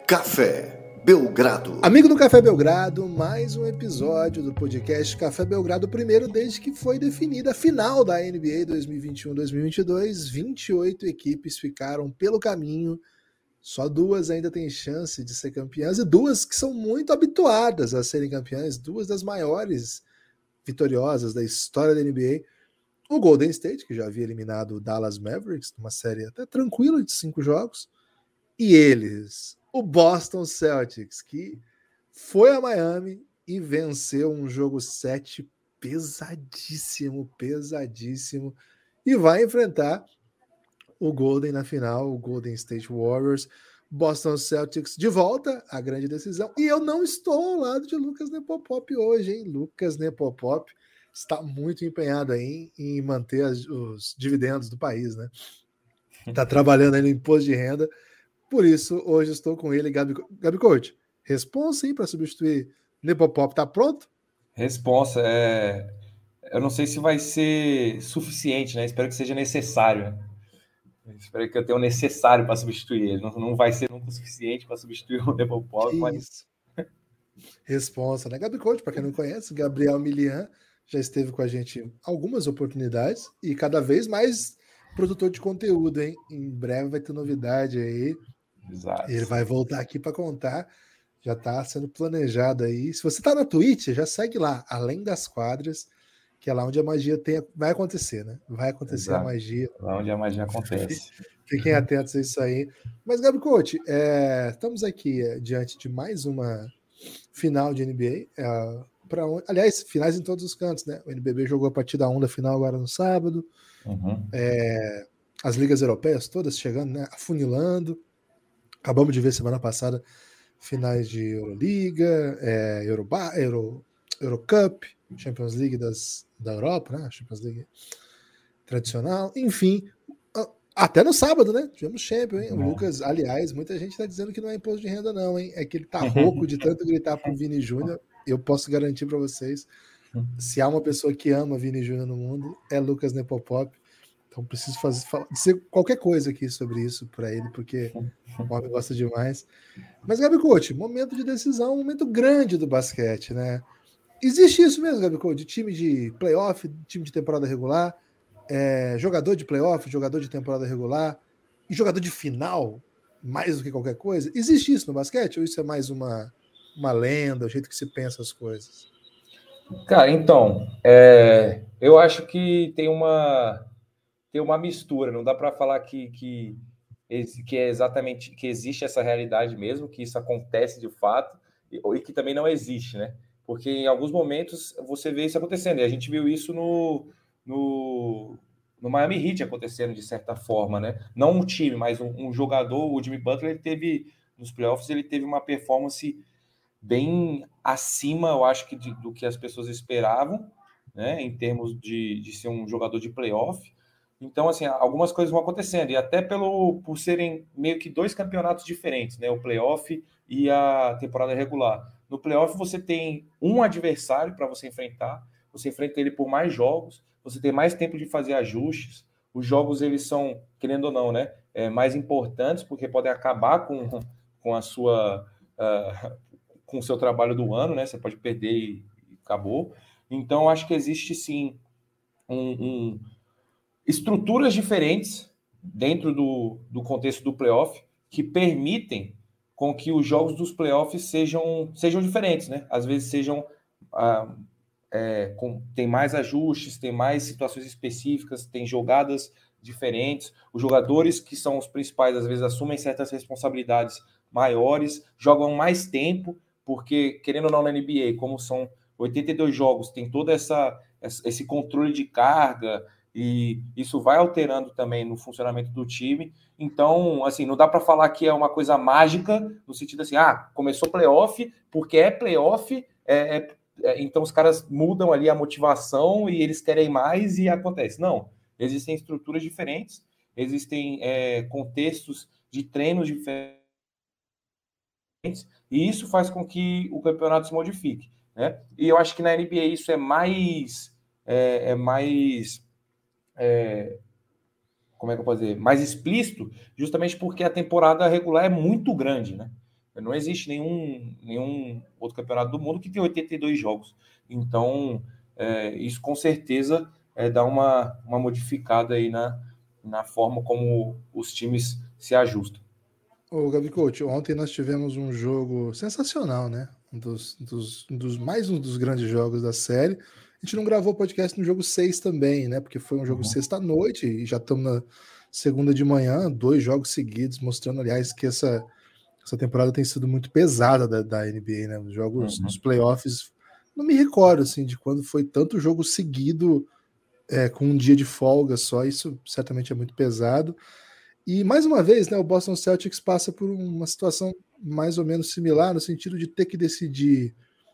Café Belgrado. Amigo do Café Belgrado, mais um episódio do podcast Café Belgrado, o primeiro desde que foi definida a final da NBA 2021-2022. 28 equipes ficaram pelo caminho, só duas ainda têm chance de ser campeãs e duas que são muito habituadas a serem campeãs, duas das maiores vitoriosas da história da NBA. O Golden State, que já havia eliminado o Dallas Mavericks, numa série até tranquila de 5 jogos, e eles, o Boston Celtics, que foi a Miami e venceu um jogo 7 pesadíssimo, e vai enfrentar o Golden na final, o Golden State Warriors. Boston Celtics de volta, a grande decisão. E eu não estou ao lado de Lucas Nepopop hoje, hein? Lucas Nepopop está muito empenhado aí em manter os dividendos do país, né? Está trabalhando aí no imposto de renda. Por isso, hoje estou com ele, Gabi Coach. Responsa aí para substituir Nepopop. Tá pronto? Responsa. Eu não sei se vai ser suficiente, né? Espero que seja necessário. Espero que eu tenha o necessário para substituir ele. Não vai ser nunca o suficiente para substituir o Nepopop. Mas... Isso. Responsa, né? Gabi Coach, para quem não conhece, Gabriel Milian já esteve com a gente algumas oportunidades e cada vez mais produtor de conteúdo, hein? Em breve vai ter novidade aí. Exato. Ele vai voltar aqui para contar. Já está sendo planejado aí. Se você está na Twitch, já segue lá, Além das Quadras, que é lá onde a magia vai acontecer, né? Vai acontecer. Exato. A magia. Lá onde a magia acontece. Fiquem atentos a isso aí. Mas, Gabi Coach, estamos aqui diante de mais uma final de NBA. Aliás, finais em todos os cantos, né? O NBB jogou a partida 1 da final agora no sábado. Uhum. As ligas europeias todas chegando, né? Afunilando. Acabamos de ver semana passada finais de Euroliga, Eurocup, Champions League da Europa, né? Champions League tradicional, enfim. Até no sábado, né? Tivemos Champions, hein? O Lucas, aliás, muita gente está dizendo que não é imposto de renda, não, hein? É que ele tá rouco de tanto gritar pro Vini Júnior. Eu posso garantir para vocês, se há uma pessoa que ama Vini Júnior no mundo, é Lucas Nepopop. Então preciso dizer qualquer coisa aqui sobre isso para ele, porque o homem gosta demais. Mas, Gabi Coach, momento de decisão, momento grande do basquete, né? Existe isso mesmo, Gabi Coach, de time de playoff, time de temporada regular, jogador de playoff, jogador de temporada regular e jogador de final, mais do que qualquer coisa? Existe isso no basquete ou isso é mais uma lenda, o jeito que se pensa as coisas? Cara, então, eu acho que tem uma mistura, não dá para falar que é exatamente, que existe essa realidade mesmo, que isso acontece de fato, e que também não existe, né? Porque em alguns momentos você vê isso acontecendo, e a gente viu isso no Miami Heat acontecendo de certa forma, né? Não um time, mas um jogador, o Jimmy Butler, ele teve, nos playoffs, ele teve uma performance bem acima, eu acho, do que as pessoas esperavam, né? Em termos de ser um jogador de playoff. Então, assim, algumas coisas vão acontecendo, e até por serem meio que dois campeonatos diferentes, né? O playoff e a temporada regular. No playoff você tem um adversário para você enfrentar, você enfrenta ele por mais jogos, você tem mais tempo de fazer ajustes, os jogos, eles são, querendo ou não, né? Mais importantes, porque podem acabar com a sua... com o seu trabalho do ano, né? Você pode perder e acabou. Então, acho que existe, sim, estruturas diferentes dentro do contexto do playoff que permitem com que os jogos dos playoffs sejam diferentes, né? Às vezes tem mais ajustes, tem mais situações específicas, tem jogadas diferentes. Os jogadores que são os principais, às vezes, assumem certas responsabilidades maiores, jogam mais tempo, porque, querendo ou não, na NBA, como são 82 jogos, tem todo esse controle de carga, e isso vai alterando também no funcionamento do time. Então, assim, não dá para falar que é uma coisa mágica, no sentido assim, começou playoff, porque é playoff, então os caras mudam ali a motivação e eles querem mais e acontece. Não, existem estruturas diferentes, existem contextos de treinos diferentes, e isso faz com que o campeonato se modifique, né? E eu acho que na NBA isso é mais... como é que eu posso dizer? Mais explícito, justamente porque a temporada regular é muito grande, né? Não existe nenhum outro campeonato do mundo que tem 82 jogos. Então, isso com certeza dá uma modificada aí na forma como os times se ajustam. Ô, Gabi Coach, ontem nós tivemos um jogo sensacional, né? Um dos grandes jogos da série. A gente não gravou o podcast no jogo 6 também, né? Porque foi um jogo sexta-noite e já estamos na segunda de manhã, 2 jogos seguidos, mostrando, aliás, que essa temporada tem sido muito pesada da NBA, né? Os jogos dos playoffs, não me recordo, assim, de quando foi tanto jogo seguido com um dia de folga só, isso certamente é muito pesado. E, mais uma vez, né, o Boston Celtics passa por uma situação mais ou menos similar, no sentido de ter que decidir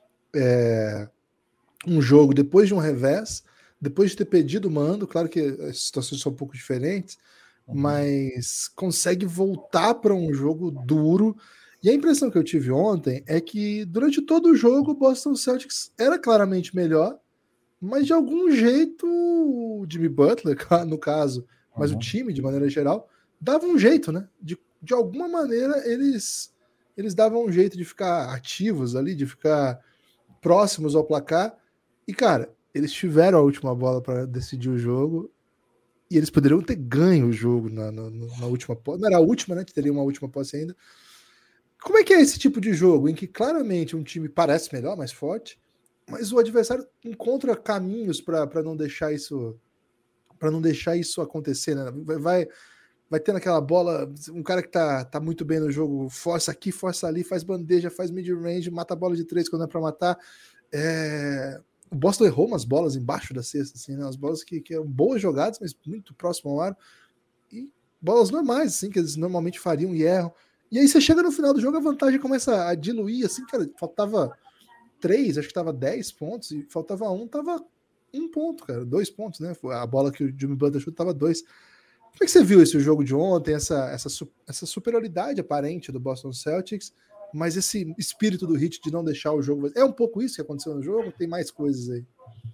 um jogo depois de um revés, depois de ter pedido o mando. Claro que as situações são um pouco diferentes, mas consegue voltar para um jogo duro. E a impressão que eu tive ontem é que durante todo o jogo o Boston Celtics era claramente melhor, mas de algum jeito o Jimmy Butler, no caso, mas o time de maneira geral, dava um jeito, né? De alguma maneira eles davam um jeito de ficar ativos ali, de ficar próximos ao placar. E, cara, eles tiveram a última bola para decidir o jogo e eles poderiam ter ganho o jogo na última posse. Não era a última, né? Que teria uma última posse ainda. Como é que é esse tipo de jogo em que claramente um time parece melhor, mais forte, mas o adversário encontra caminhos para não deixar isso acontecer, né? Vai tendo aquela bola, um cara que tá muito bem no jogo, força aqui, força ali, faz bandeja, faz mid-range, mata a bola de 3 quando é para matar. O Boston errou umas bolas embaixo da cesta, assim, né? As bolas que eram boas jogadas, mas muito próximo ao aro. E bolas normais, assim, que eles normalmente fariam e erram. E aí você chega no final do jogo, a vantagem começa a diluir, assim, cara, faltava 3, acho que tava 10 pontos, e faltava 1, tava 1 ponto, cara, 2 pontos, né? A bola que o Jimmy Butler chutou tava 2. Como é que você viu esse jogo de ontem, essa superioridade aparente do Boston Celtics, mas esse espírito do Heat de não deixar o jogo... É um pouco isso que aconteceu no jogo? Tem mais coisas aí?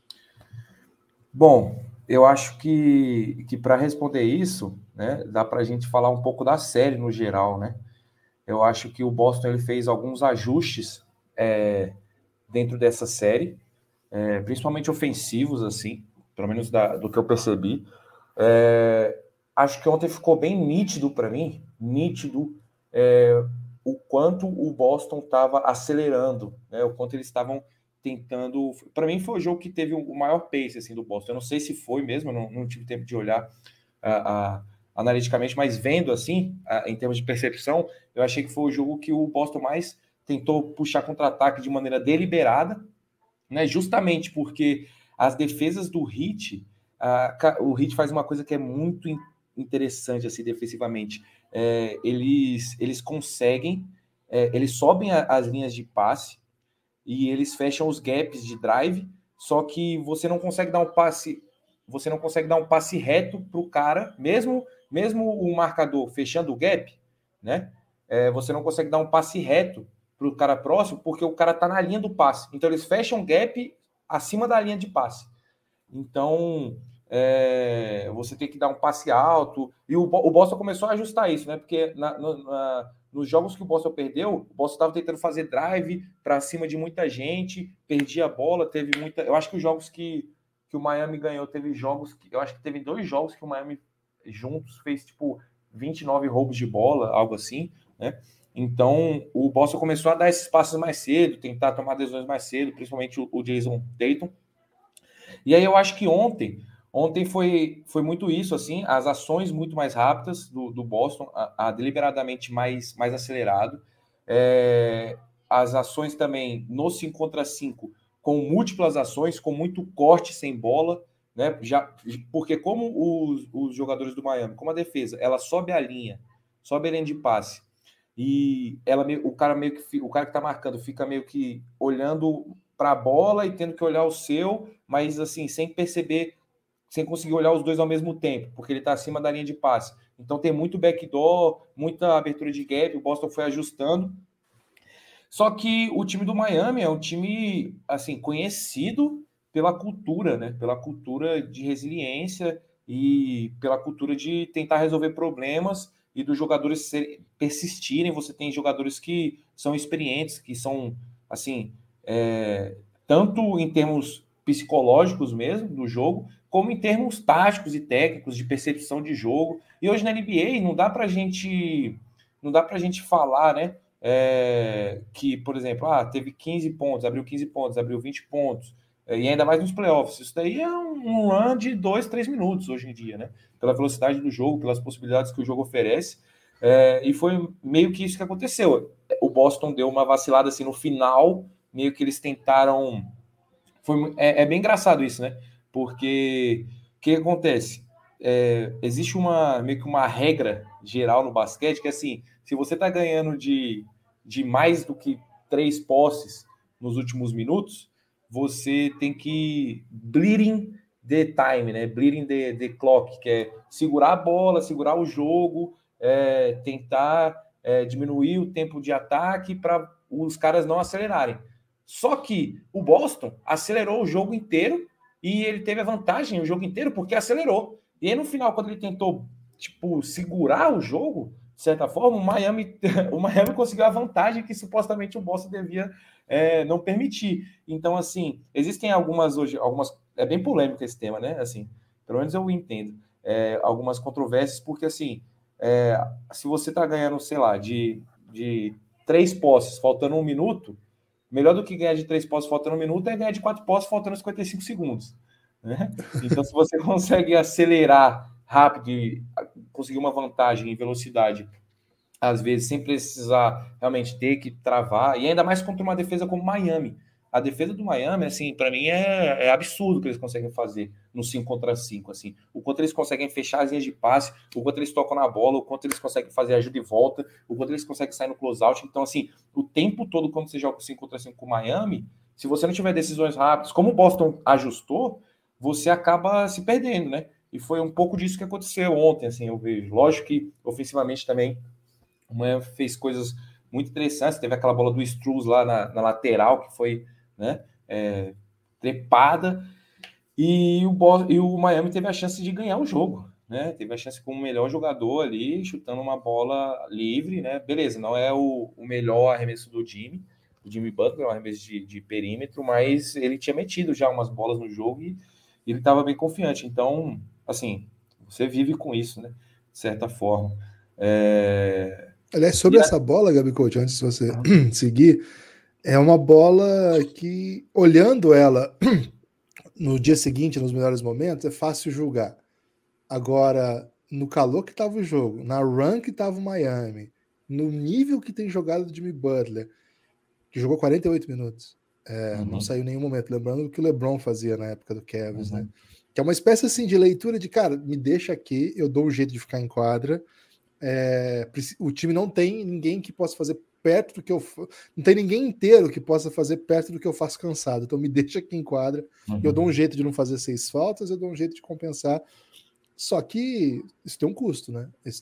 Bom, eu acho que para responder isso, né, dá para a gente falar um pouco da série no geral, né? Eu acho que o Boston ele fez alguns ajustes dentro dessa série, principalmente ofensivos, assim, pelo menos do que eu percebi. Acho que ontem ficou bem nítido para mim, o quanto o Boston estava acelerando, né? O quanto eles estavam tentando... Para mim foi o jogo que teve o maior pace assim, do Boston. Eu não sei se foi mesmo, não tive tempo de olhar analiticamente, mas vendo assim, em termos de percepção, eu achei que foi o jogo que o Boston mais tentou puxar contra-ataque de maneira deliberada, né? Justamente porque as defesas do Heat, o Heat faz uma coisa que é muito interessante assim, defensivamente. Eles conseguem, eles sobem as linhas de passe e eles fecham os gaps de drive, só que você não consegue dar um passe reto para o cara, mesmo o marcador fechando o gap, né? Você não consegue dar um passe reto para o cara próximo, porque o cara está na linha do passe. Então eles fecham o gap acima da linha de passe. Então você tem que dar um passe alto. E o Boston começou a ajustar isso, né? Porque nos jogos que o Boston perdeu, o Boston estava tentando fazer drive para cima de muita gente, perdia a bola, teve muita... Eu acho que os jogos que o Miami ganhou, eu acho que teve 2 jogos que o Miami juntos fez tipo 29 roubos de bola, algo assim, né? Então o Boston começou a dar esses passos mais cedo, tentar tomar decisões mais cedo, principalmente o Jason Tatum. E aí eu acho que ontem foi muito isso, assim, as ações muito mais rápidas do Boston, deliberadamente mais acelerado. As ações também no 5 contra 5, com múltiplas ações, com muito corte sem bola, né? Porque como os jogadores do Miami, como a defesa, ela sobe a linha de passe, e o cara que tá marcando fica meio que olhando para a bola e tendo que olhar o seu, mas assim, sem perceber, sem conseguir olhar os dois ao mesmo tempo, porque ele está acima da linha de passe. Então tem muito backdoor, muita abertura de gap, o Boston foi ajustando. Só que o time do Miami é um time assim conhecido pela cultura, né? Pela cultura de resiliência e pela cultura de tentar resolver problemas e dos jogadores persistirem. Você tem jogadores que são experientes, que são, assim, tanto em termos psicológicos mesmo do jogo, como em termos táticos e técnicos de percepção de jogo. E hoje na NBA não dá pra gente falar, né, que, por exemplo, teve 15 pontos, abriu 15 pontos, abriu 20 pontos, e ainda mais nos playoffs. Isso daí é um run de 2, 3 minutos hoje em dia, né? Pela velocidade do jogo, pelas possibilidades que o jogo oferece. E foi meio que isso que aconteceu. O Boston deu uma vacilada assim no final, meio que eles tentaram. É bem engraçado isso, né? Porque o que acontece? Existe meio que uma regra geral no basquete que é assim: se você está ganhando de mais do que 3 posses nos últimos minutos, você tem que bleeding the time, né? Bleeding the clock, que é segurar a bola, segurar o jogo, tentar diminuir o tempo de ataque para os caras não acelerarem. Só que o Boston acelerou o jogo inteiro e ele teve a vantagem o jogo inteiro porque acelerou. E aí no final, quando ele tentou segurar o jogo, de certa forma, o Miami conseguiu a vantagem que supostamente o Boston devia não permitir. Então, assim, existem algumas é bem polêmico esse tema, né? Assim, pelo menos eu entendo. Algumas controvérsias, porque assim, se você tá ganhando, sei lá, de 3 posses, faltando 1 minuto, melhor do que ganhar de 3 posses faltando 1 minuto é ganhar de 4 posses faltando 55 segundos. Né? Então, se você consegue acelerar rápido e conseguir uma vantagem em velocidade, às vezes, sem precisar realmente ter que travar, e ainda mais contra uma defesa como Miami. A defesa do Miami, assim, para mim é absurdo o que eles conseguem fazer no 5 contra 5, assim. O quanto eles conseguem fechar as linhas de passe, o quanto eles tocam na bola, o quanto eles conseguem fazer ajuda e volta, o quanto eles conseguem sair no close-out. Então, assim, o tempo todo quando você joga o 5 contra 5 com o Miami, se você não tiver decisões rápidas, como o Boston ajustou, você acaba se perdendo, né? E foi um pouco disso que aconteceu ontem, assim, eu vejo. Lógico que, ofensivamente também, o Miami fez coisas muito interessantes. Teve aquela bola do Struz lá na lateral, que foi, né, trepada. E o Miami teve a chance de ganhar o jogo, né? Teve a chance com o melhor jogador ali, chutando uma bola livre, né? Beleza, não é o melhor arremesso do Jimmy Butler, um arremesso de perímetro, mas ele tinha metido já umas bolas no jogo e ele estava bem confiante. Então, assim, você vive com isso, né? De certa forma. Aliás, sobre essa bola, Gabi Coach, antes de você seguir, é uma bola que, olhando ela no dia seguinte, nos melhores momentos, é fácil julgar. Agora, no calor que estava o jogo, na run que estava o Miami, no nível que tem jogado o Jimmy Butler, que jogou 48 minutos, não saiu em nenhum momento, lembrando o que o LeBron fazia na época do Cavs, né? Que é uma espécie assim de leitura de, cara, me deixa aqui, eu dou um jeito de ficar em quadra. O time não tem ninguém que possa fazer perto do que eu... Não tem ninguém inteiro que possa fazer perto do que eu faço cansado. Então me deixa aqui em quadra. Eu dou um jeito de não fazer 6 faltas, eu dou um jeito de compensar. Só que isso tem um custo, né? Isso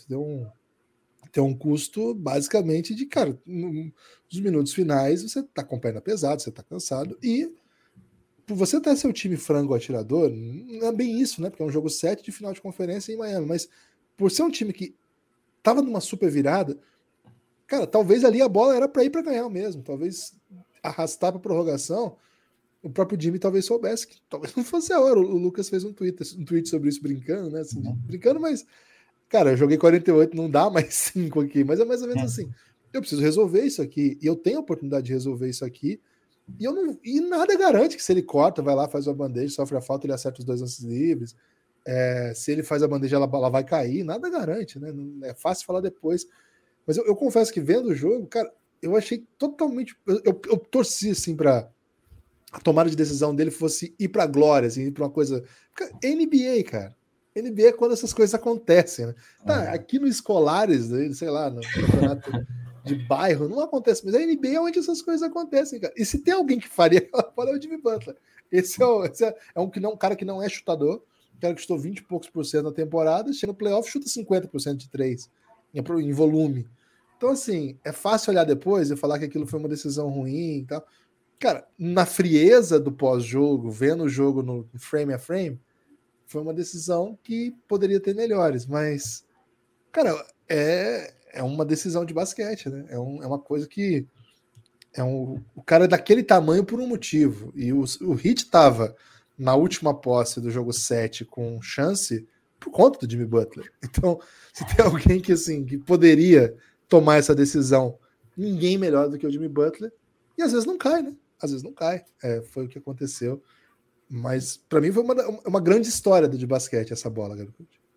tem um custo basicamente de, cara, nos minutos finais você tá com a perna pesada, você tá cansado e por você ter seu time frango atirador, não é bem isso, né? Porque é um jogo 7 de final de conferência em Miami, mas por ser um time que tava numa super virada, cara, talvez ali a bola era para ir para ganhar mesmo, talvez arrastar para prorrogação. O próprio Jimmy talvez soubesse que talvez não fosse a hora. O Lucas fez um tweet sobre isso brincando, né? Assim, brincando, mas, cara, eu joguei 48, não dá mais 5 aqui, mas é mais ou menos assim. Eu preciso resolver isso aqui, e eu tenho a oportunidade de resolver isso aqui, e nada garante que se ele corta, vai lá, faz uma bandeja, sofre a falta, ele acerta os 2 lances livres. Se ele faz a bandeja, ela vai cair, nada garante, né? É fácil falar depois. Mas eu confesso que vendo o jogo, cara, eu achei totalmente. Eu torci assim para a tomada de decisão dele fosse ir para a glória, assim, ir para uma coisa. NBA, cara. NBA é quando essas coisas acontecem, né? Tá, aqui no Escolares, sei lá, no campeonato de bairro, não acontece, mas a NBA é onde essas coisas acontecem, cara. E se tem alguém que faria aquela bola é o Jimmy Butler. Esse é um cara que não é chutador, um cara que chutou 20 e poucos por cento na temporada, chega no playoff, chuta 50% de 3 em volume. Então, assim, é fácil olhar depois e falar que aquilo foi uma decisão ruim e tal. Cara, na frieza do pós-jogo, vendo o jogo no frame a frame, foi uma decisão que poderia ter melhores, mas, cara, é uma decisão de basquete, né? É uma coisa que o cara é daquele tamanho por um motivo. E o Heat estava na última posse do jogo 7 com chance por conta do Jimmy Butler. Então, se tem alguém que, assim, que poderia tomar essa decisão, ninguém melhor do que o Jimmy Butler. E às vezes não cai, né? Às vezes não cai. Foi o que aconteceu. Mas para mim foi uma grande história de basquete essa bola, Gabriel.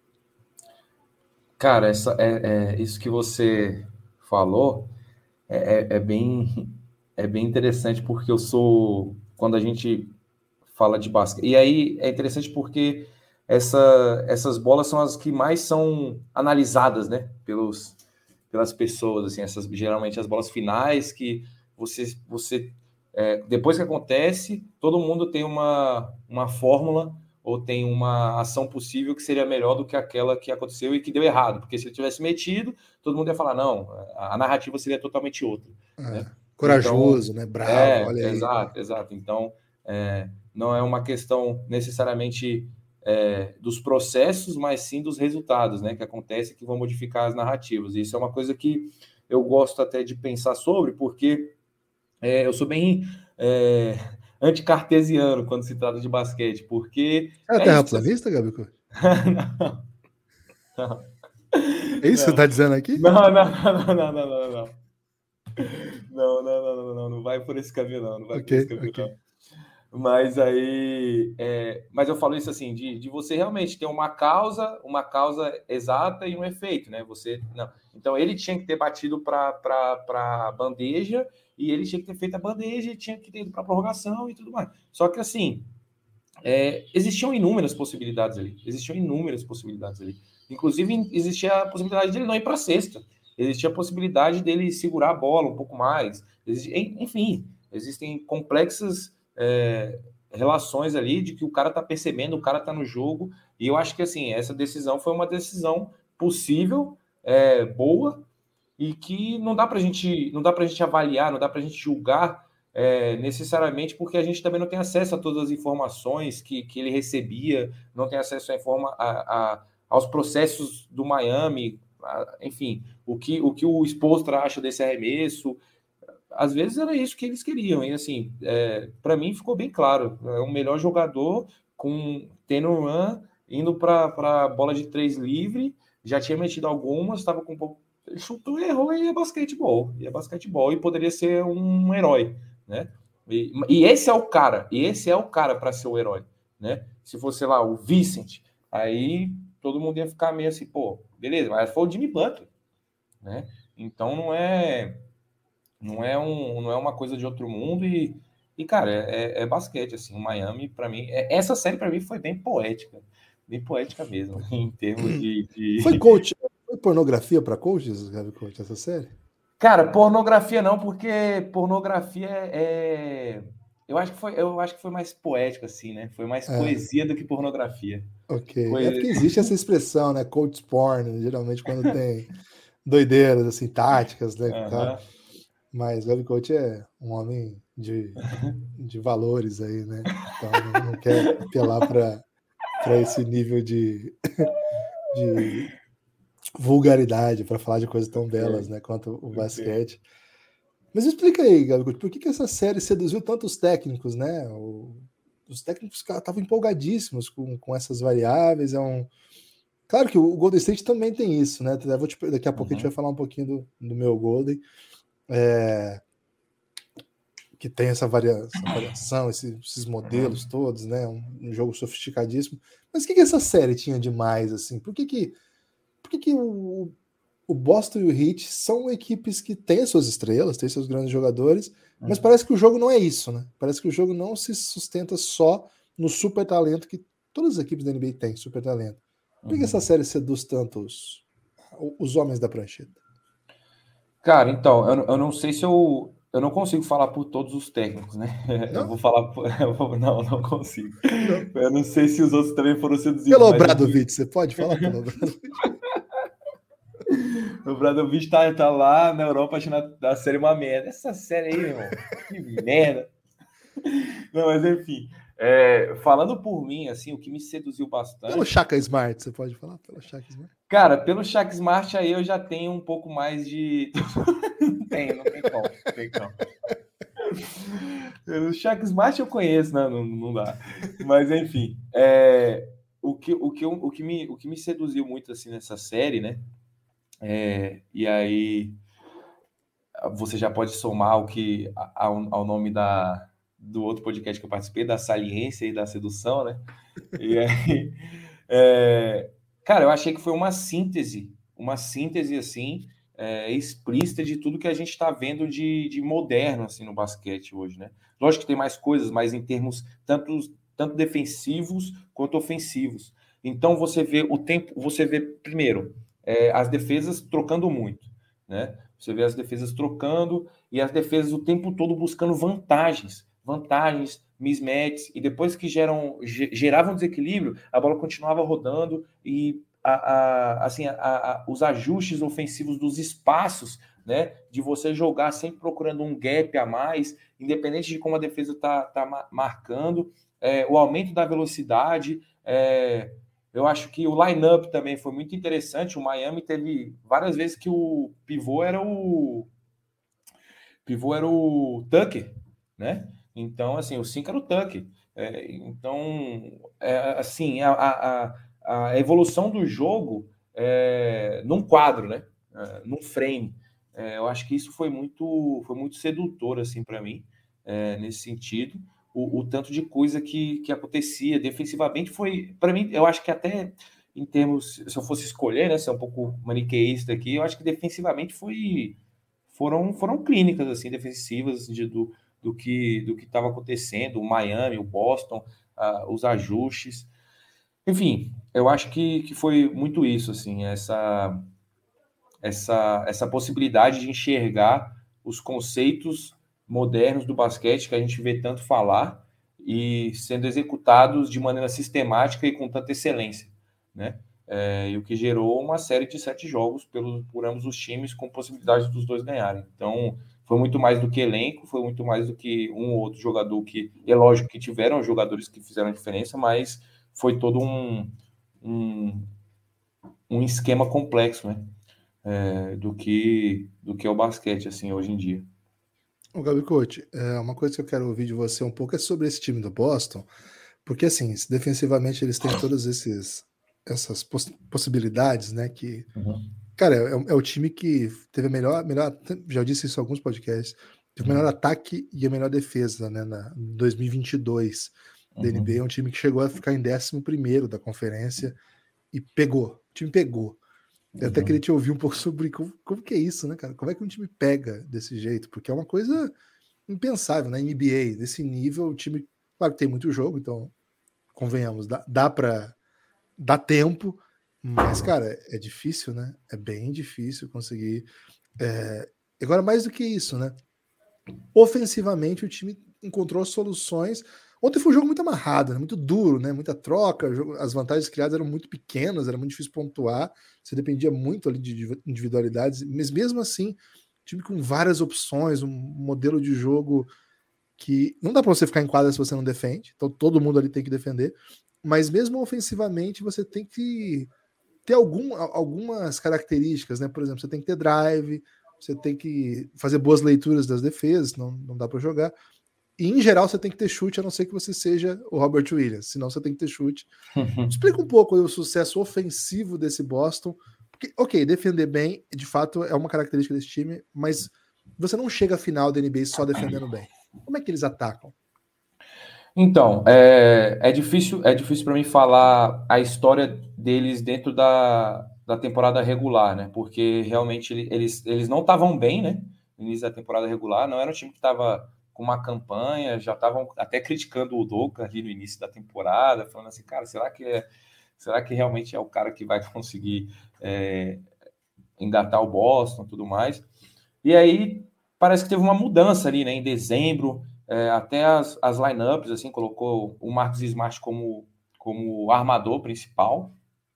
Cara, isso que você falou é bem interessante, porque quando a gente fala de basquete, e aí é interessante porque essas bolas são as que mais são analisadas, né, pelas pessoas, assim, geralmente as bolas finais que você depois que acontece, todo mundo tem uma fórmula ou tem uma ação possível que seria melhor do que aquela que aconteceu e que deu errado, porque se ele tivesse metido, todo mundo ia falar, não, a narrativa seria totalmente outra. Né? Corajoso, então, né? Bravo, olha aí. Exato. Então, não é uma questão necessariamente dos processos, mas sim dos resultados, né, que acontecem, que vão modificar as narrativas. E isso é uma coisa que eu gosto até de pensar sobre, porque eu sou bem anticartesiano quando se trata de basquete, porque... É terraplanista, Gabriel? Não. É isso que você tá dizendo aqui? Não. Não vai por esse caminho, não. Por esse caminho, não. Mas aí... mas eu falo isso assim, de você realmente ter uma causa exata e um efeito, né? Então, ele tinha que ter batido para a bandeja, e ele tinha que ter feito a bandeja, e tinha que ter ido para a prorrogação e tudo mais. Só que, assim, existiam inúmeras possibilidades ali. Inclusive, existia a possibilidade dele não ir para a cesta. Existia a possibilidade dele segurar a bola um pouco mais. Enfim, existem complexas relações ali de que o cara está percebendo, o cara está no jogo. E eu acho que, assim, essa decisão foi uma decisão possível, boa, e que não dá para a gente avaliar, não dá para a gente julgar necessariamente, porque a gente também não tem acesso a todas as informações que ele recebia, não tem acesso aos processos do Miami, enfim, o que o Spoelstra acha desse arremesso. Às vezes era isso que eles queriam, e assim, para mim ficou bem claro, é o melhor jogador tendo um run, indo para bola de 3 livre, já tinha metido algumas, estava com um pouco, ele chutou e errou, e é basquetebol, e poderia ser um herói, né? E esse é o cara para ser o herói, né? Se fosse lá o Vicent, aí todo mundo ia ficar meio assim, pô, beleza, mas foi o Jimmy Butler, né? Então não é uma coisa de outro mundo, e cara, é basquete, assim, o Miami, para mim, essa série para mim foi bem poética mesmo, em termos de... Foi pornografia para coaches, Gabi Coach, essa série? Cara, pornografia não, porque pornografia eu acho que foi mais poético, assim, né? Foi mais poesia do que pornografia. Ok. É porque existe essa expressão, né? Coach porn, geralmente quando tem doideiras, assim, táticas, né? Tá? Mas Gabi Coach é um homem de valores aí, né? Então não quer apelar para esse nível de vulgaridade, para falar de coisas tão belas, né? Quanto o basquete. Mas explica aí, Gabi, por que essa série seduziu tantos técnicos, né? Os técnicos estavam empolgadíssimos com essas variáveis. Claro que o Golden State também tem isso, né? Daqui a pouco a gente vai falar um pouquinho do meu Golden, que tem essa variação, esses modelos todos, né? Um jogo sofisticadíssimo. Mas o que essa série tinha de mais, assim? Por que o Boston e o Heat são equipes que têm suas estrelas, têm seus grandes jogadores, mas parece que o jogo não é isso, né? Parece que o jogo não se sustenta só no super talento que todas as equipes da NBA têm, super talento. Por que essa série seduz tanto os homens da prancheta? Cara, então, eu não sei se eu não consigo falar por todos os técnicos, né? Não? Eu vou falar... Não consigo. Não. Eu não sei se os outros também foram seduzidos. Pelo Obradovic, você pode falar pelo Obradovic? O Obradovic tá lá na Europa achando a série uma merda. Essa série aí, meu irmão, que merda. Não, mas enfim. Falando por mim, assim, o que me seduziu bastante... Pelo Shaka Smart, você pode falar? Pelo Shaka Smart? Cara, pelo Shaq Smart aí eu já tenho um pouco mais de... não tem como. O Shaq Smart eu conheço, né? Não dá. Mas, enfim, o que me seduziu muito, assim, nessa série, né? E aí você já pode somar ao nome do outro podcast que eu participei, da saliência e da sedução, né? E aí, cara, eu achei que foi uma síntese assim, explícita de tudo que a gente está vendo de moderno assim no basquete hoje, né? Lógico que tem mais coisas, mas em termos tanto defensivos quanto ofensivos. Então você vê primeiro as defesas trocando muito, né? Você vê as defesas trocando e as defesas o tempo todo buscando vantagens, mismatches, e depois que geravam desequilíbrio, a bola continuava rodando e os ajustes ofensivos dos espaços, né, de você jogar sempre procurando um gap a mais, independente de como a defesa tá marcando, o aumento da velocidade, eu acho que o line-up também foi muito interessante. O Miami teve várias vezes que o pivô era o Tucker, né? Então, assim, o 5 era o Tucker. Assim, a evolução do jogo num quadro, né? Num frame. Eu acho que isso foi muito sedutor, assim, para mim, nesse sentido. O tanto de coisa que acontecia defensivamente foi, para mim, eu acho que até em termos, se eu fosse escolher, né, ser um pouco maniqueísta aqui, eu acho que defensivamente foram clínicas assim defensivas do que estava acontecendo, o Miami, o Boston, os ajustes, enfim, eu acho que foi muito isso, assim, essa possibilidade de enxergar os conceitos modernos do basquete que a gente vê tanto falar e sendo executados de maneira sistemática e com tanta excelência, né? E o que gerou uma série de 7 jogos por ambos os times, com possibilidade dos dois ganharem. Então, foi muito mais do que elenco, foi muito mais do que um ou outro jogador que, é lógico que tiveram jogadores que fizeram a diferença, mas foi todo um esquema complexo, né? Do que é o basquete, assim, hoje em dia. O Gabi Coach, uma coisa que eu quero ouvir de você um pouco é sobre esse time do Boston, porque assim, defensivamente eles têm todas essas possibilidades, né, que, cara, é o time que teve a melhor, já disse isso em alguns podcasts, teve o melhor ataque e a melhor defesa, né, na 2022 da NBA, é um time que chegou a ficar em 11º da conferência e o time pegou. Eu até queria te ouvir um pouco sobre como que é isso, né, cara? Como é que um time pega desse jeito? Porque é uma coisa impensável, né? NBA, desse nível, o time, claro que tem muito jogo, então, convenhamos, dá tempo, mas, cara, é difícil, né? É bem difícil conseguir. Agora, mais do que isso, né? Ofensivamente, o time encontrou soluções. Ontem foi um jogo muito amarrado, né? Muito duro, né? Muita troca, as vantagens criadas eram muito pequenas, era muito difícil pontuar, você dependia muito ali de individualidades, mas mesmo assim, time com várias opções, um modelo de jogo que não dá para você ficar em quadra se você não defende, então todo mundo ali tem que defender, mas mesmo ofensivamente você tem que ter algumas características, né? Por exemplo, você tem que ter drive, você tem que fazer boas leituras das defesas, não dá para jogar. E, em geral, você tem que ter chute, a não ser que você seja o Robert Williams. Senão, você tem que ter chute. Explica um pouco aí o sucesso ofensivo desse Boston. Porque, ok, defender bem, de fato, é uma característica desse time, mas você não chega à final da NBA só defendendo bem. Como é que eles atacam? Então, é difícil para mim falar a história deles dentro da temporada regular, né? Porque realmente eles não estavam bem, né? No início da temporada regular, não era um time que estava com uma campanha, já estavam até criticando o Udoka ali no início da temporada, falando assim, cara, será que realmente é o cara que vai conseguir engatar o Boston e tudo mais? E aí parece que teve uma mudança ali, né? Em dezembro, até as lineups, assim, colocou o Marcus Smart como armador principal.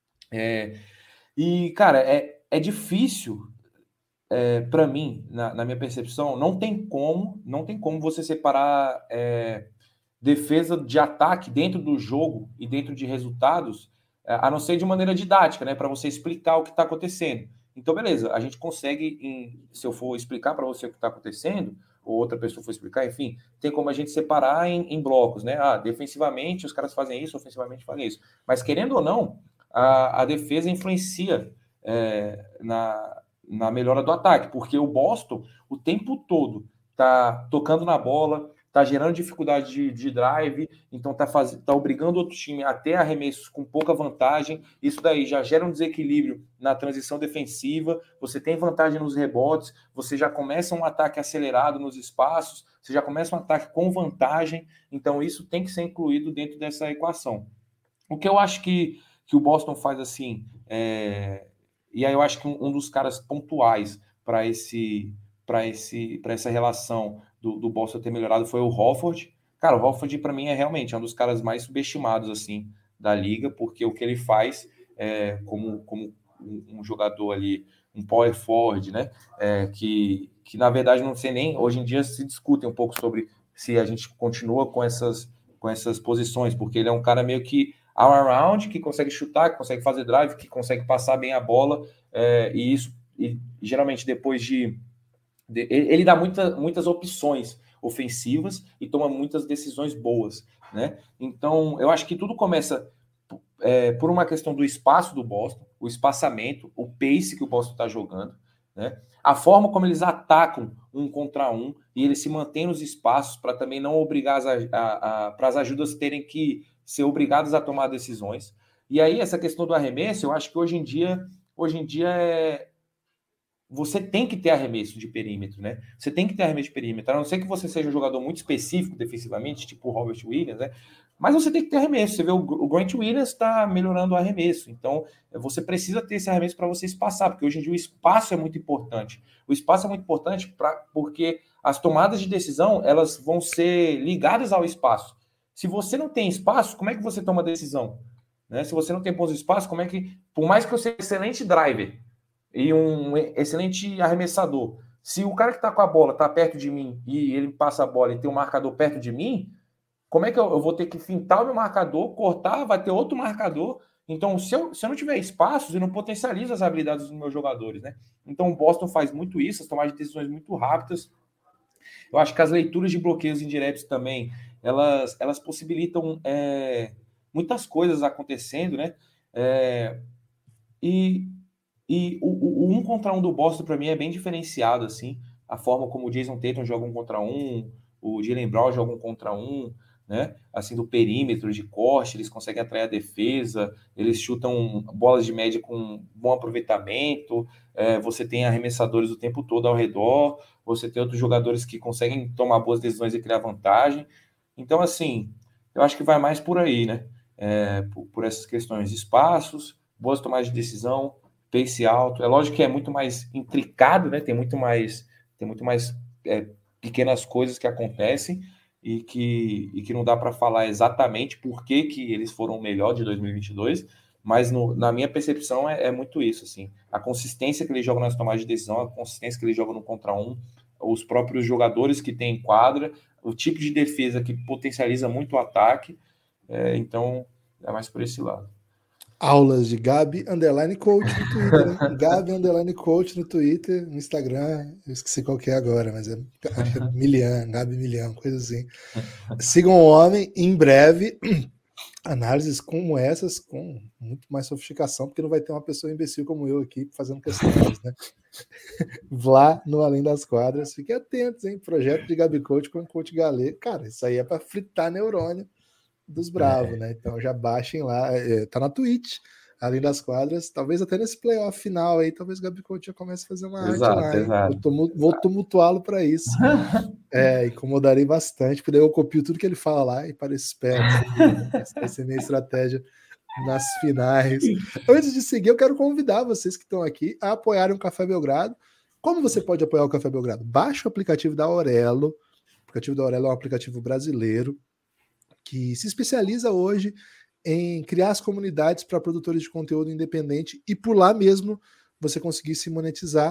E, cara, é difícil, para mim, na minha percepção, não tem como você separar defesa de ataque dentro do jogo e dentro de resultados, a não ser de maneira didática, né, para você explicar o que está acontecendo. Então, beleza, a gente consegue, se eu for explicar para você o que está acontecendo, ou outra pessoa for explicar, enfim, tem como a gente separar em blocos, né? Defensivamente os caras fazem isso, ofensivamente fazem isso. Mas, querendo ou não, a defesa influencia na melhora do ataque, porque o Boston, o tempo todo, tá tocando na bola, tá gerando dificuldade de drive, então tá obrigando outro time a ter arremessos com pouca vantagem. Isso daí já gera um desequilíbrio na transição defensiva, você tem vantagem nos rebotes, você já começa um ataque acelerado nos espaços, você já começa um ataque com vantagem, então isso tem que ser incluído dentro dessa equação. O que eu acho que o Boston faz assim, e aí eu acho que um dos caras pontuais para essa relação do Boston ter melhorado foi o Horford. Cara, o Horford para mim é realmente um dos caras mais subestimados assim da liga, porque o que ele faz como um jogador ali, um power forward, né? Que na verdade não sei nem, hoje em dia se discutem um pouco sobre se a gente continua com essas posições, porque ele é um cara meio que all around, que consegue chutar, que consegue fazer drive, que consegue passar bem a bola, e geralmente depois ele dá muitas opções ofensivas e toma muitas decisões boas, né? Então, eu acho que tudo começa por uma questão do espaço do Boston, o espaçamento, o pace que o Boston está jogando, né? A forma como eles atacam um contra um e eles se mantêm nos espaços para também não obrigar para as ajudas terem que ser obrigadas a tomar decisões. E aí, essa questão do arremesso, eu acho que hoje em dia você tem que ter arremesso de perímetro, né? Você tem que ter arremesso de perímetro, a não ser que você seja um jogador muito específico defensivamente, tipo o Robert Williams, né? Mas você tem que ter arremesso. Você vê o Grant Williams está melhorando o arremesso. Então, você precisa ter esse arremesso para você espaçar, porque hoje em dia o espaço é muito importante. O espaço é muito importante porque as tomadas de decisão, elas vão ser ligadas ao espaço. Se você não tem espaço, como é que você toma decisão? Né? Se você não tem bons espaços, como é que... Por mais que eu seja um excelente driver e um excelente arremessador, se o cara que está com a bola está perto de mim e ele passa a bola e tem um marcador perto de mim, como é que eu vou ter que fintar o meu marcador, cortar, vai ter outro marcador? Então, se eu não tiver espaços, eu não potencializo as habilidades dos meus jogadores, né? Então, o Boston faz muito isso, as tomadas de decisões muito rápidas. Eu acho que as leituras de bloqueios indiretos também, elas possibilitam muitas coisas acontecendo, né? E o 1 contra 1 do Boston, para mim, é bem diferenciado, assim. A forma como o Jason Tatum joga 1 contra 1, o Jaylen Brown joga 1 contra 1, né? Assim, do perímetro, de corte, eles conseguem atrair a defesa, eles chutam bolas de média com bom aproveitamento, você tem arremessadores o tempo todo ao redor, você tem outros jogadores que conseguem tomar boas decisões e criar vantagem. Então, assim, eu acho que vai mais por aí, né? Por essas questões de espaços, boas tomadas de decisão, pace alto. É lógico que é muito mais intricado, né? Tem muito mais pequenas coisas que acontecem e que não dá para falar exatamente por que eles foram o melhor de 2022, mas na minha percepção é muito isso, assim. A consistência que eles jogam nas tomadas de decisão, a consistência que eles jogam no contra um, os próprios jogadores que tem em quadra, o tipo de defesa que potencializa muito o ataque, então é mais por esse lado. Aulas de Gabi _coach no Twitter, hein? Gabi _coach no Twitter, no Instagram, eu esqueci qual que é agora, mas acho que é Milian, Gabi Milian, coisa assim. Sigam o homem, em breve, análises como essas, com muito mais sofisticação, porque não vai ter uma pessoa imbecil como eu aqui fazendo questões, né? Lá no Além das Quadras, fiquem atentos, hein? Projeto de Gabi Coach com o Coach Galê. Cara, isso aí é para fritar neurônio dos bravos, né? Então já baixem lá, tá na Twitch, Além das Quadras, talvez até nesse playoff final aí, talvez o Gabi Coach já comece a fazer uma arte lá, hein? Vou tumultuá-lo para isso. Incomodarei bastante, porque daí eu copio tudo que ele fala lá e pareço esperto. Vai ser minha estratégia nas finais. Antes de seguir, eu quero convidar vocês que estão aqui a apoiarem o Café Belgrado. Como você pode apoiar o Café Belgrado? Baixe o aplicativo da Aurelo. O aplicativo da Aurelo é um aplicativo brasileiro que se especializa hoje em criar as comunidades para produtores de conteúdo independente e por lá mesmo você conseguir se monetizar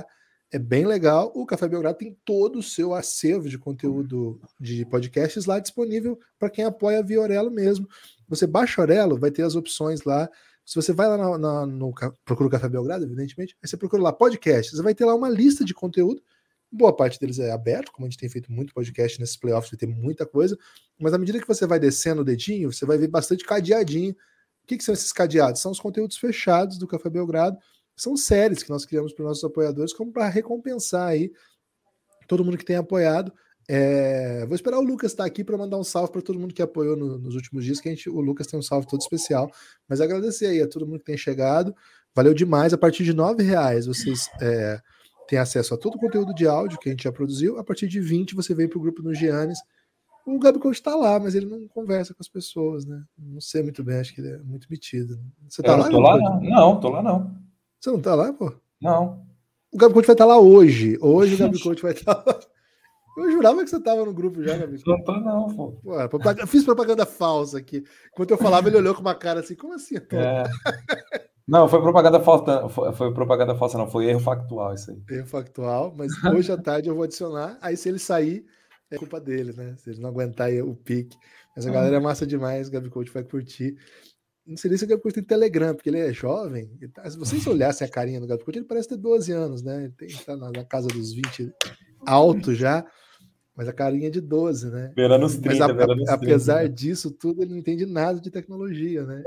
É bem legal. O Café Belgrado tem todo o seu acervo de conteúdo de podcasts lá disponível para quem apoia via Orelo mesmo. Você baixa o Orelo, vai ter as opções lá. Se você vai lá procura o Café Belgrado, evidentemente, aí você procura lá podcasts, você vai ter lá uma lista de conteúdo. Boa parte deles é aberto, como a gente tem feito muito podcast nesses playoffs, vai ter muita coisa. Mas à medida que você vai descendo o dedinho, você vai ver bastante cadeadinho. O que são esses cadeados? São os conteúdos fechados do Café Belgrado. São séries que nós criamos para os nossos apoiadores, como para recompensar aí todo mundo que tem apoiado. Vou esperar o Lucas estar aqui para mandar um salve para todo mundo que apoiou nos últimos dias, que o Lucas tem um salve todo especial. Mas agradecer aí a todo mundo que tem chegado. Valeu demais. A partir de R$9 vocês têm acesso a todo o conteúdo de áudio que a gente já produziu. A partir de 20 você vem para o grupo no Giannis. O Gabi Coach está lá, mas ele não conversa com as pessoas, né? Não sei muito bem, acho que ele é muito metido. Você tá lá? Não tô lá, não. Não, tô lá, não. Você não tá lá, pô? Não. O Gabi Coach vai estar lá hoje. Hoje o Gabi Coach vai estar lá. Eu jurava que você tava no grupo já, Gabi Coach. Não tô, não, pô. Eu fiz propaganda falsa aqui. Enquanto eu falava, ele olhou com uma cara assim, como assim? Não, foi propaganda falsa. Foi propaganda falsa, não. Foi erro factual isso aí. Erro factual, mas hoje à tarde eu vou adicionar. Aí se ele sair, é culpa dele, né? Se ele não aguentar o pique. Mas a galera é massa demais, o Gabi Coach vai curtir. Não sei nem se o Gabi Coach tem Telegram, porque ele é jovem. Se vocês olhassem a carinha do Gabi Coach, ele parece ter 12 anos, né? Ele tá na casa dos 20 alto já, mas a carinha é de 12, né? Beirando os 30, mas apesar disso tudo, ele não entende nada de tecnologia, né?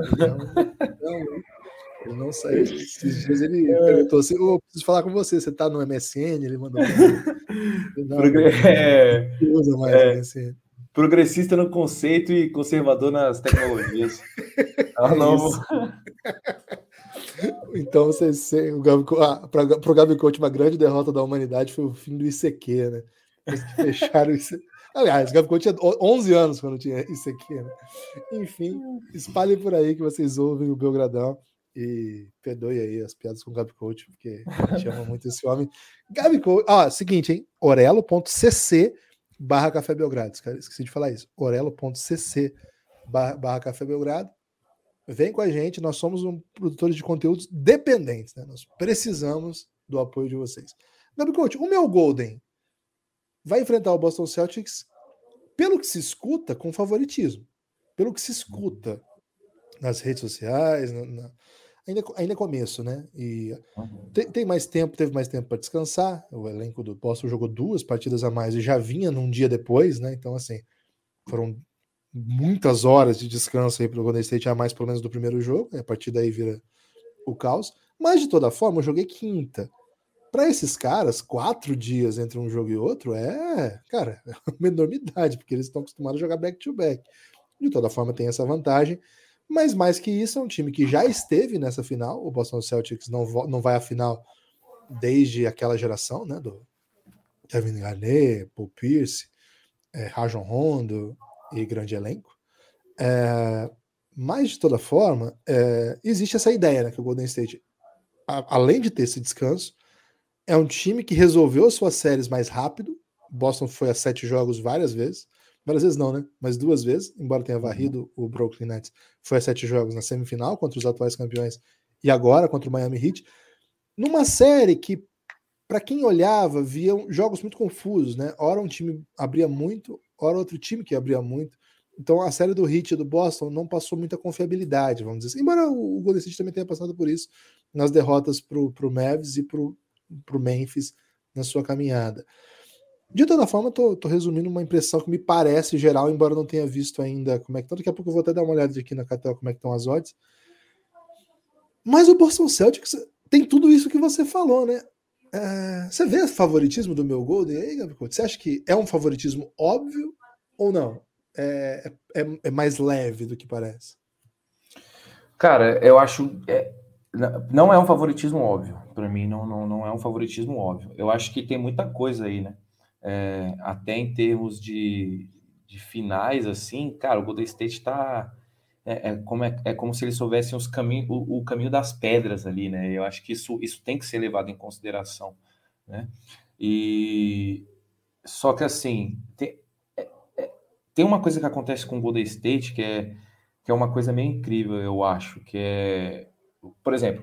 Ele não saiu. Esses dias ele perguntou assim: preciso falar com você, você tá no MSN? Ele mandou. Não usa mais o MSN. Progressista no conceito e conservador nas tecnologias. Então, para o Gabi Coach, uma grande derrota da humanidade foi o fim do ICQ, né? Eles que fecharam isso. Aliás, o Gabi Coach tinha 11 anos quando tinha ICQ, né? Enfim, espalhem por aí que vocês ouvem o Belgradão e perdoe aí as piadas com o Gabi Coach, porque a gente ama muito esse homem. Gabi Coach, seguinte, hein? orelo.cc/Café Belgrado. Esqueci de falar isso. orelo.cc/Café Belgrado. Vem com a gente, nós somos produtores de conteúdos dependentes, né? Nós precisamos do apoio de vocês. Gabi Coach, o meu Golden vai enfrentar o Boston Celtics, pelo que se escuta, com favoritismo. Pelo que se escuta nas redes sociais, ainda é começo, né? E teve mais tempo para descansar. O elenco do Boston jogou 2 partidas a mais e já vinha num dia depois, né? Então, assim, foram muitas horas de descanso aí para o Golden State a mais, pelo menos do primeiro jogo, a partir daí vira o caos. Mas de toda forma, eu joguei quinta. Para esses caras, 4 dias entre um jogo e outro é uma enormidade, porque eles estão acostumados a jogar back-to-back. De toda forma, tem essa vantagem. Mas mais que isso, é um time que já esteve nessa final. O Boston Celtics não vai à final desde aquela geração, né? Do Kevin Garnett, Paul Pierce, Rajon Rondo e grande elenco. Mas, de toda forma, existe essa ideia, né, que o Golden State, além de ter esse descanso, é um time que resolveu suas séries mais rápido. Boston foi a 7 jogos várias vezes não, né? Mas 2 vezes, embora tenha varrido o Brooklyn Nets, foi a 7 jogos na semifinal contra os atuais campeões e agora contra o Miami Heat. Numa série que, para quem olhava, via jogos muito confusos, né? Ora um time abria muito, ora outro time que abria muito. Então a série do Heat e do Boston não passou muita confiabilidade, vamos dizer assim. Embora o Golden State também tenha passado por isso nas derrotas pro Mavs e pro Memphis na sua caminhada. De toda forma, tô resumindo uma impressão que me parece geral, embora eu não tenha visto ainda como é que estão. Daqui a pouco eu vou até dar uma olhada aqui na Catel como é que estão as odds. Mas o Boston Celtics tem tudo isso que você falou, né? Você vê o favoritismo do meu Golden aí, Gabi? Você acha que é um favoritismo óbvio ou não? É mais leve do que parece? Cara, eu acho... não é um favoritismo óbvio. Para mim, não é um favoritismo óbvio. Eu acho que tem muita coisa aí, né? Até em termos de finais, assim, cara, o Golden State tá... É como se eles soubessem o caminho das pedras ali, né? Eu acho que isso tem que ser levado em consideração, né? Só que, assim, tem uma coisa que acontece com o Golden State que é uma coisa meio incrível, eu acho, que é... Por exemplo,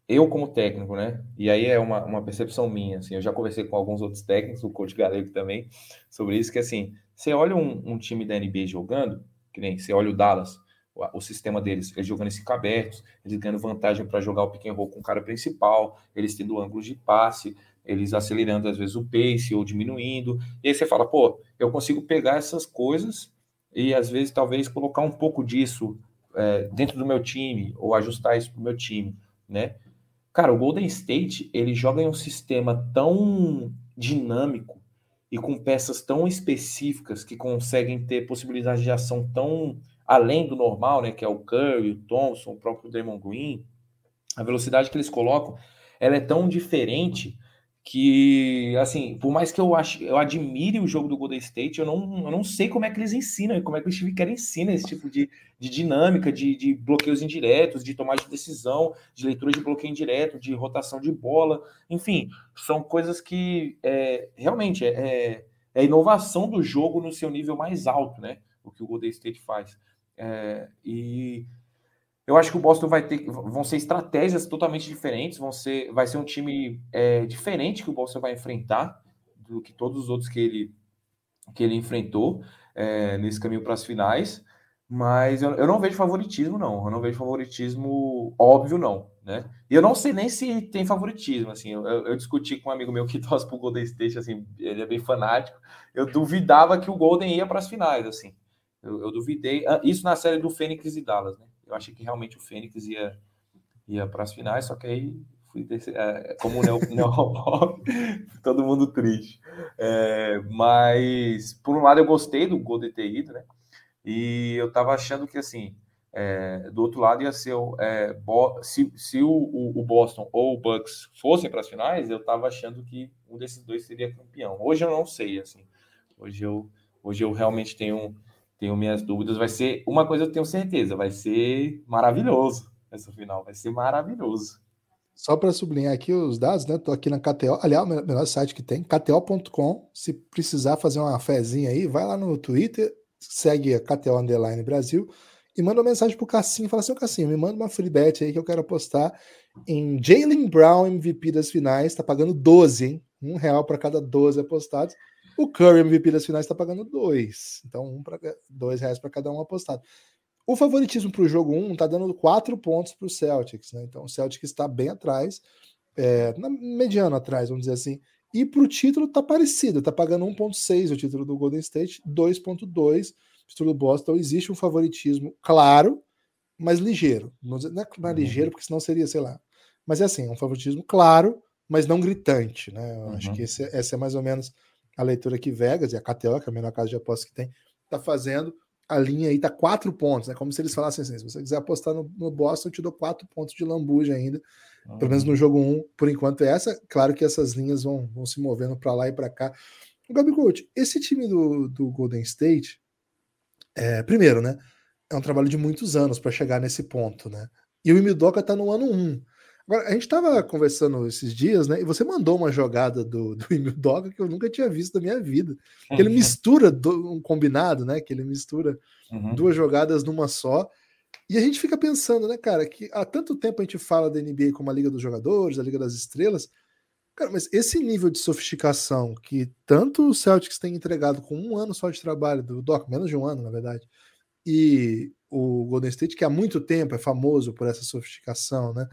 eu como técnico, né? E aí é uma percepção minha, assim, eu já conversei com alguns outros técnicos, o coach Galego também, sobre isso, que assim, você olha um time da NBA jogando, que nem você olha o Dallas, o sistema deles, eles jogando esse abertos, eles ganhando vantagem para jogar o pick and roll com o cara principal, eles tendo ângulos de passe, eles acelerando às vezes o pace ou diminuindo, e aí você fala, pô, eu consigo pegar essas coisas e às vezes talvez colocar um pouco disso dentro do meu time, ou ajustar isso para o meu time, né? Cara, o Golden State, ele joga em um sistema tão dinâmico e com peças tão específicas que conseguem ter possibilidade de ação tão além do normal, né? Que é o Curry, o Thompson, o próprio Draymond Green. A velocidade que eles colocam, ela é tão diferente que, assim, por mais que eu admire o jogo do Golden State, eu não sei como é que eles ensinam, como é que o Steve Kerr ensina esse tipo de dinâmica, de bloqueios indiretos, de tomada de decisão, de leitura de bloqueio indireto, de rotação de bola, enfim, são coisas que realmente é inovação do jogo no seu nível mais alto, né? O que o Golden State faz. E eu acho que o Boston vão ser estratégias totalmente diferentes, vai ser um time diferente que o Boston vai enfrentar do que todos os outros que ele enfrentou nesse caminho para as finais, mas eu não vejo favoritismo, não. Eu não vejo favoritismo óbvio, não, né? E eu não sei nem se tem favoritismo, assim. Eu discuti com um amigo meu que torce pro Golden State, assim, ele é bem fanático. Eu duvidava que o Golden ia para as finais, assim. Eu duvidei. Isso na série do Fênix e Dallas, né? Eu achei que realmente o Fênix ia para as finais, só que aí como o Neopop, todo mundo triste. Mas, por um lado, eu gostei do Golden ter ido, né? E eu tava achando que, assim, do outro lado ia ser se o Boston ou o Bucks fossem para as finais, eu tava achando que um desses dois seria campeão. Hoje eu não sei, assim. Hoje eu realmente tenho minhas dúvidas. Vai ser uma coisa eu tenho certeza, vai ser maravilhoso essa final, vai ser maravilhoso. Só para sublinhar aqui os dados, né? Tô aqui na KTO. Aliás, o melhor site que tem, kto.com. Se precisar fazer uma fezinha aí, vai lá no Twitter, segue a KTO Underline Brasil e manda uma mensagem pro Cassinho e fala assim: Cassinho, me manda uma free bet aí que eu quero apostar em Jaylen Brown, MVP das finais. Tá pagando 12, hein? R$1 para cada 12 apostados. O Curry, MVP das finais, tá pagando 2. Então, R$2 para cada um apostado. O favoritismo para o jogo 1 está dando 4 pontos para o Celtics, né? Então o Celtics está bem atrás, mediano atrás, vamos dizer assim. E para o título está parecido, está pagando 1,6 o título do Golden State, 2,2 o título do Boston. Então existe um favoritismo claro, mas ligeiro. Não é ligeiro, porque senão seria, sei lá. Mas é assim, um favoritismo claro, mas não gritante, né? Eu acho que essa é mais ou menos a leitura que Vegas e a KTO, que é a menor casa de aposta que tem, está fazendo. A linha aí tá 4 pontos, né? Como se eles falassem assim: se você quiser apostar no Boston, eu te dou 4 pontos de lambuja ainda. Pelo menos no jogo 1, por enquanto é essa. Claro que essas linhas vão se movendo para lá e para cá. O Gabi Coach, esse time do Golden State, primeiro, né? É um trabalho de muitos anos para chegar nesse ponto, né? E o Udoka tá no ano 1. Agora, a gente estava conversando esses dias, né? E você mandou uma jogada do Udoka que eu nunca tinha visto na minha vida. Que ele mistura um combinado, né? Que ele mistura duas jogadas numa só. E a gente fica pensando, né, cara, que há tanto tempo a gente fala da NBA como a Liga dos Jogadores, a Liga das Estrelas. Cara, mas esse nível de sofisticação que tanto o Celtics tem entregado com um ano só de trabalho do Udoka, menos de um ano, na verdade, e o Golden State, que há muito tempo é famoso por essa sofisticação, né?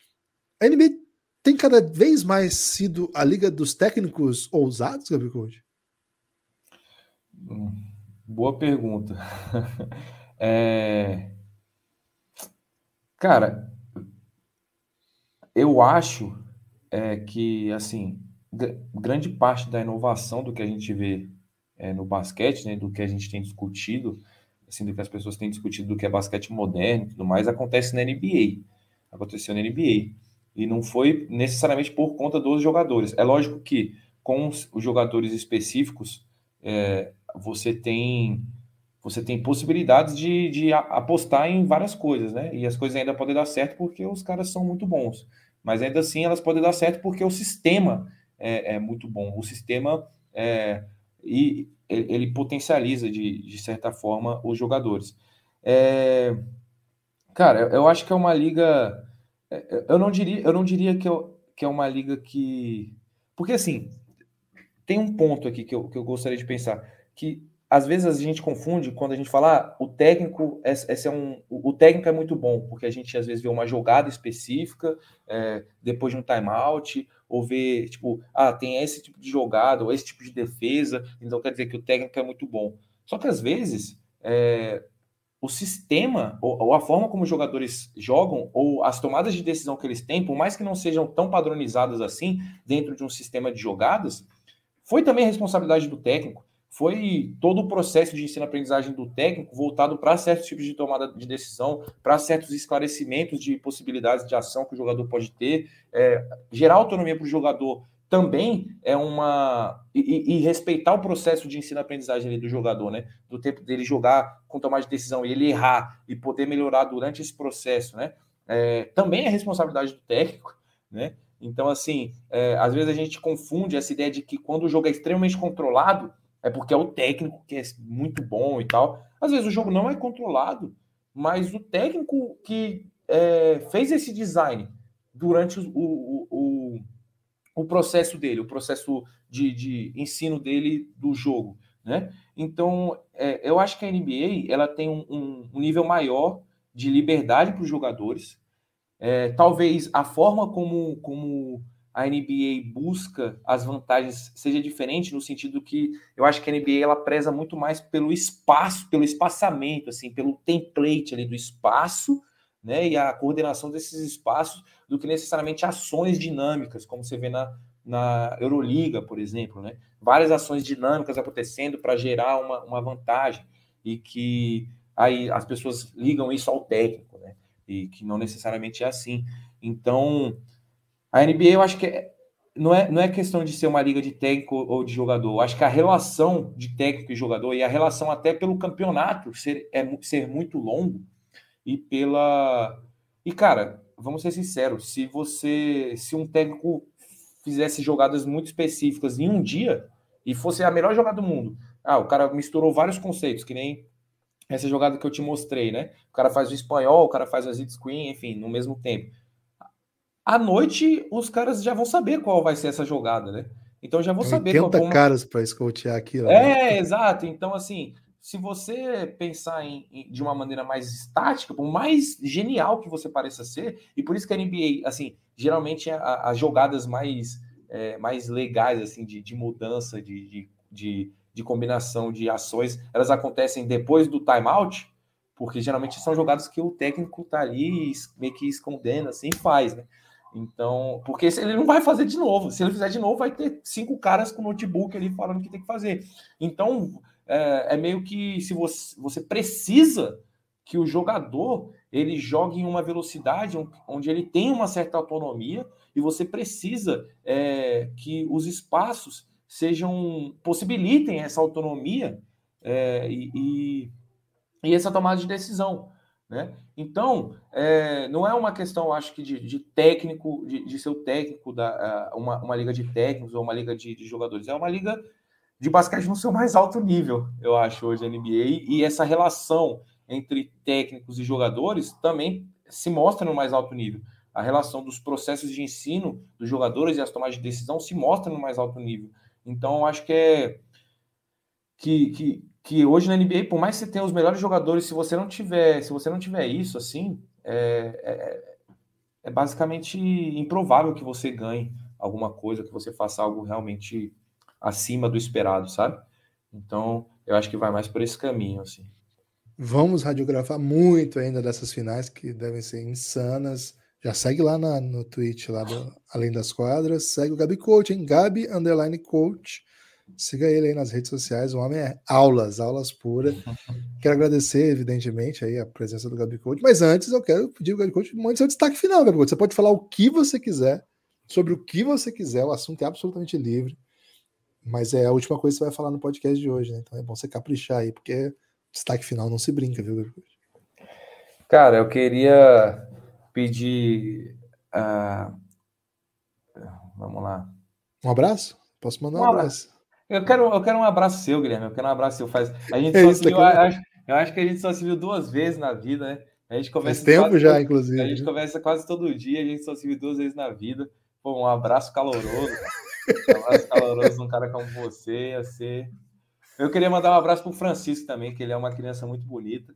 A NBA tem cada vez mais sido a liga dos técnicos ousados, Gabriel Coach? Boa pergunta. Cara, eu acho que, assim, grande parte da inovação do que a gente vê no basquete, né, do que a gente tem discutido, assim, do que as pessoas têm discutido do que é basquete moderno e tudo mais, acontece na NBA. Aconteceu na NBA. E não foi necessariamente por conta dos jogadores. É lógico que com os jogadores específicos, você tem possibilidades de apostar em várias coisas, né? E as coisas ainda podem dar certo porque os caras são muito bons. Mas ainda assim elas podem dar certo porque o sistema é muito bom. O sistema ele potencializa de certa forma os jogadores. Cara, eu acho que é uma liga Eu não diria que é uma liga que... Porque, assim, tem um ponto aqui que eu gostaria de pensar, que às vezes a gente confunde quando a gente fala, o técnico, o técnico é muito bom, porque a gente às vezes vê uma jogada específica, depois de um timeout, ou vê, tipo, tem esse tipo de jogada, ou esse tipo de defesa, então quer dizer que o técnico é muito bom. Só que às vezes, o sistema, ou a forma como os jogadores jogam, ou as tomadas de decisão que eles têm, por mais que não sejam tão padronizadas assim, dentro de um sistema de jogadas, foi também responsabilidade do técnico, foi todo o processo de ensino-aprendizagem do técnico voltado para certos tipos de tomada de decisão, para certos esclarecimentos de possibilidades de ação que o jogador pode ter, gerar autonomia para o jogador também é uma... E respeitar o processo de ensino-aprendizagem do jogador, né? Do tempo dele jogar com tomada de decisão e ele errar e poder melhorar durante esse processo, né? Também é responsabilidade do técnico, né? Então, assim, às vezes a gente confunde essa ideia de que quando o jogo é extremamente controlado, é porque é o técnico que é muito bom e tal. Às vezes o jogo não é controlado, mas o técnico que fez esse design durante o processo dele, o processo de ensino dele do jogo, né? Então, eu acho que a NBA ela tem um nível maior de liberdade para os jogadores. Talvez a forma como a NBA busca as vantagens seja diferente, no sentido que eu acho que a NBA ela preza muito mais pelo espaço, pelo espaçamento, assim, pelo template ali do espaço, né, e a coordenação desses espaços, do que necessariamente ações dinâmicas, como você vê na Euroliga, por exemplo, né? Várias ações dinâmicas acontecendo para gerar uma vantagem, e que aí as pessoas ligam isso ao técnico, né? E que não necessariamente é assim. Então, a NBA eu acho que não é questão de ser uma liga de técnico ou de jogador. Eu acho que a relação de técnico e jogador, e a relação até pelo campeonato ser muito longo, e pela... E, cara, vamos ser sinceros, se um técnico fizesse jogadas muito específicas em um dia, e fosse a melhor jogada do mundo, o cara misturou vários conceitos, que nem essa jogada que eu te mostrei, né? O cara faz o espanhol, o cara faz a zit screen, enfim, no mesmo tempo. À noite, os caras já vão saber qual vai ser essa jogada, né? Então já vou saber qual... 80 caras para escoltear aquilo, né? Exato. Então, assim, se você pensar de uma maneira mais estática, por mais genial que você pareça ser, e por isso que a NBA, assim, geralmente as jogadas mais legais, assim, de mudança, de combinação de ações, elas acontecem depois do timeout, porque geralmente são jogadas que o técnico tá ali meio que escondendo, assim, faz, né? Então, porque ele não vai fazer de novo. Se ele fizer de novo, vai ter 5 caras com notebook ali falando o que tem que fazer. Então, meio que se você precisa que o jogador ele jogue em uma velocidade onde ele tem uma certa autonomia, e você precisa que os espaços possibilitem essa autonomia e essa tomada de decisão, né? Então, não é uma questão, acho que, de técnico, de ser o técnico, uma liga de técnicos ou uma liga de jogadores. É uma liga de basquete no seu mais alto nível, eu acho, hoje a NBA, e essa relação entre técnicos e jogadores também se mostra no mais alto nível. A relação dos processos de ensino dos jogadores e as tomadas de decisão se mostra no mais alto nível. Então, eu acho que hoje na NBA, por mais que você tenha os melhores jogadores, se você não tiver isso, assim, é basicamente improvável que você ganhe alguma coisa, que você faça algo realmente acima do esperado, sabe? Então, eu acho que vai mais por esse caminho, assim. Vamos radiografar muito ainda dessas finais, que devem ser insanas. Já segue lá no Twitch, lá do Além das Quadras. Segue o Gabi Coach, hein? Gabi_Coach. Siga ele aí nas redes sociais. O homem é aulas puras. Quero agradecer, evidentemente, aí a presença do Gabi Coach. Mas antes, eu quero pedir ao Gabi Coach mande seu destaque final, Gabi Coach. Você pode falar o que você quiser, sobre o que você quiser. O assunto é absolutamente livre. Mas é a última coisa que você vai falar no podcast de hoje, né? Então é bom você caprichar aí, porque destaque final não se brinca, viu, Gabi Coach? Cara, eu queria pedir... vamos lá. Um abraço? Posso mandar um abraço? Eu quero um abraço seu, Guilherme. Eu quero um abraço seu. A gente É só isso, se viu, eu acho que a gente só se viu 2 vezes na vida, né? A gente conversa Faz tempo já, inclusive. A gente conversa quase todo dia, a gente só se viu 2 vezes na vida. Pô, um abraço caloroso. Um abraço caloroso de um cara como você. Eu queria mandar um abraço pro Francisco também, que ele é uma criança muito bonita.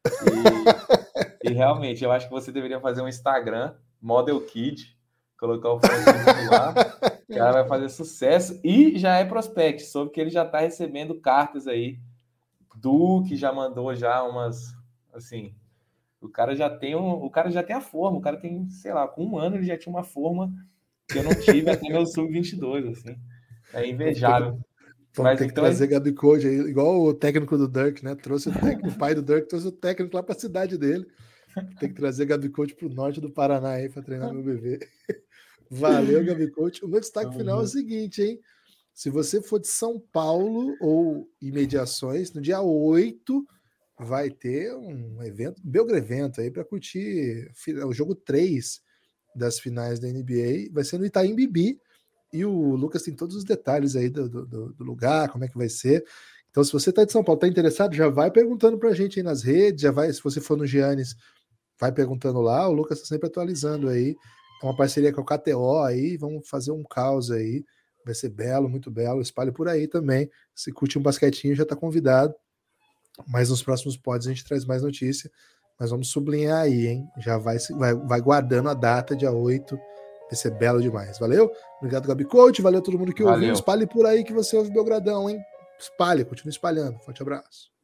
E realmente, eu acho que você deveria fazer um Instagram, Model Kid, colocar o Francisco lá. O cara vai fazer sucesso. E já é prospect, soube que ele já está recebendo cartas aí. Que já mandou já umas, assim... O cara já tem a forma, o cara tem, sei lá, com 1 ano ele já tinha uma forma que eu não tive até meu sub-22, assim. É invejável. Vamos ter que trazer Gabi Coach aí, igual o técnico do Dirk, né? Trouxe o pai do Dirk, trouxe o técnico lá para a cidade dele. Tem que trazer Gabi Coach para o norte do Paraná aí para treinar meu bebê. Valeu, Gabi Coach. O meu destaque final é o seguinte, hein? Se você for de São Paulo ou imediações, no dia 8 vai ter um evento, Belgrevento aí para curtir o jogo 3 das finais da NBA. Vai ser no Itaim Bibi. E o Lucas tem todos os detalhes aí do lugar, como é que vai ser. Então, se você está de São Paulo, está interessado, já vai perguntando para a gente aí nas redes, já vai, se você for no Giannis, vai perguntando lá, o Lucas está sempre atualizando aí. É uma parceria com a KTO aí, vamos fazer um caos aí. Vai ser belo, muito belo, espalhe por aí também. Se curte um basquetinho, já está convidado. Mas nos próximos pods a gente traz mais notícia. Mas vamos sublinhar aí, hein? Já vai guardando a data, dia 8. Vai ser belo demais. Valeu? Obrigado, Gabi Coach. Valeu a todo mundo que ouviu. Espalhe por aí que você ouve Belgradão, hein? Espalhe, continue espalhando. Forte abraço.